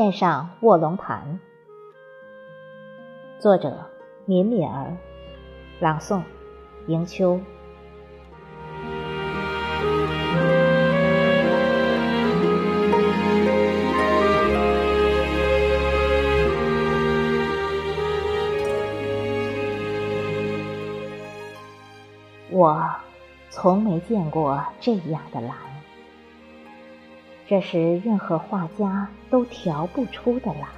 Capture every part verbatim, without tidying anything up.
面上卧龙潭。作者敏敏儿，朗诵迎秋。我从没见过这样的蓝，这是任何画家都调不出的蓝，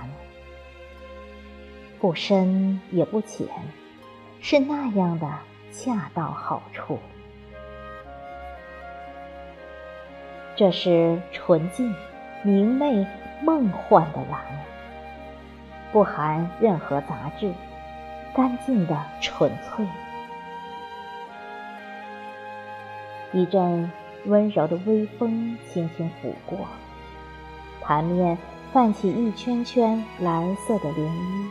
不深也不浅，是那样的恰到好处。这是纯净、明媚、梦幻的蓝，不含任何杂质，干净的纯粹。一阵温柔的微风轻轻拂过，潭面泛起一圈圈蓝色的涟漪，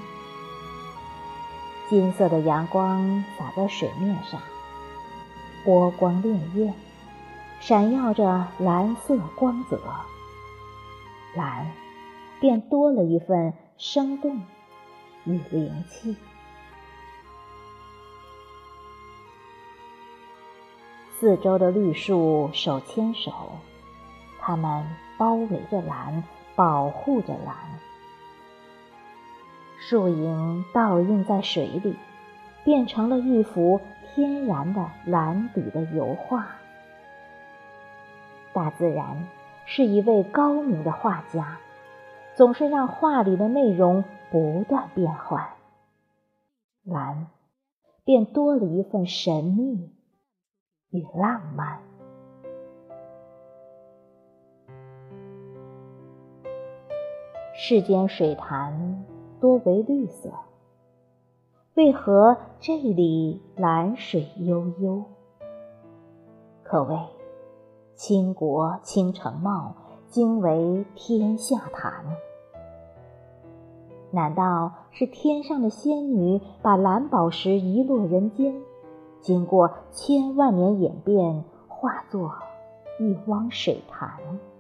金色的阳光洒在水面上，波光潋滟，闪耀着蓝色光泽，蓝便多了一份生动与灵气。四周的绿树手牵手，它们包围着蓝，保护着蓝。树影倒映在水里，变成了一幅天然的蓝底的油画。大自然是一位高明的画家，总是让画里的内容不断变换，蓝便多了一份神秘与浪漫。世间水潭多为绿色，为何这里蓝水悠悠？可谓倾国倾城貌，惊为天下谈。难道是天上的仙女把蓝宝石遗落人间，经过千万年演变，化作一汪水潭？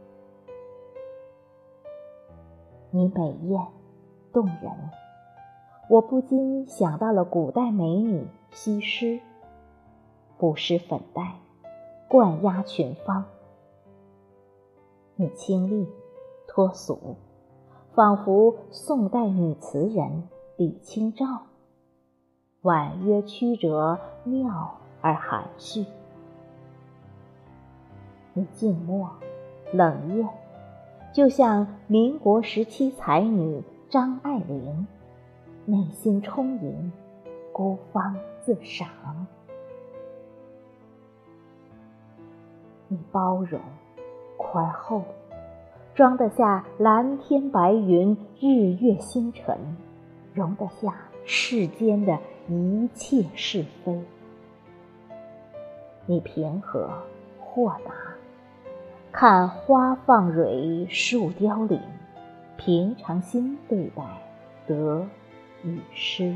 你美艳动人，我不禁想到了古代美女西施，不施粉黛，冠压群芳。你清丽脱俗，仿佛宋代女词人李清照，婉约曲折，妙而含蓄。你静默冷艳，就像民国时期才女张爱玲，内心充盈，孤芳自赏。你包容宽厚，装得下蓝天白云，日月星辰，容得下世间的一切是非。你平和豁达，看花放蕊，树凋零，平常心对待得与失。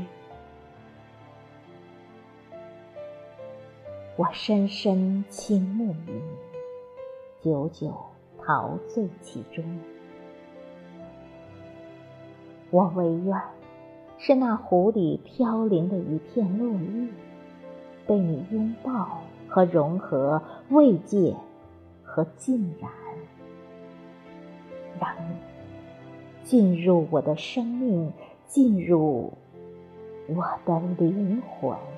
我深深倾慕于你，久久陶醉其中。我唯愿是那湖里飘零的一片落叶，被你拥抱和融合，慰藉和浸染，让你进入我的生命，进入我的灵魂。